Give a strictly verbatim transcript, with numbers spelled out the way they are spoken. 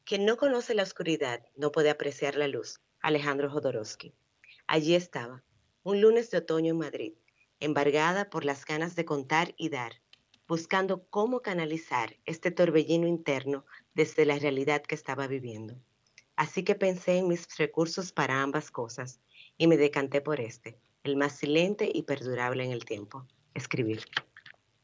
Quien no conoce la oscuridad no puede apreciar la luz. Alejandro Jodorowsky. Allí estaba, un lunes de otoño en Madrid, embargada por las ganas de contar y dar, buscando cómo canalizar este torbellino interno desde la realidad que estaba viviendo. Así que pensé en mis recursos para ambas cosas y me decanté por este, el más silente y perdurable en el tiempo, escribir.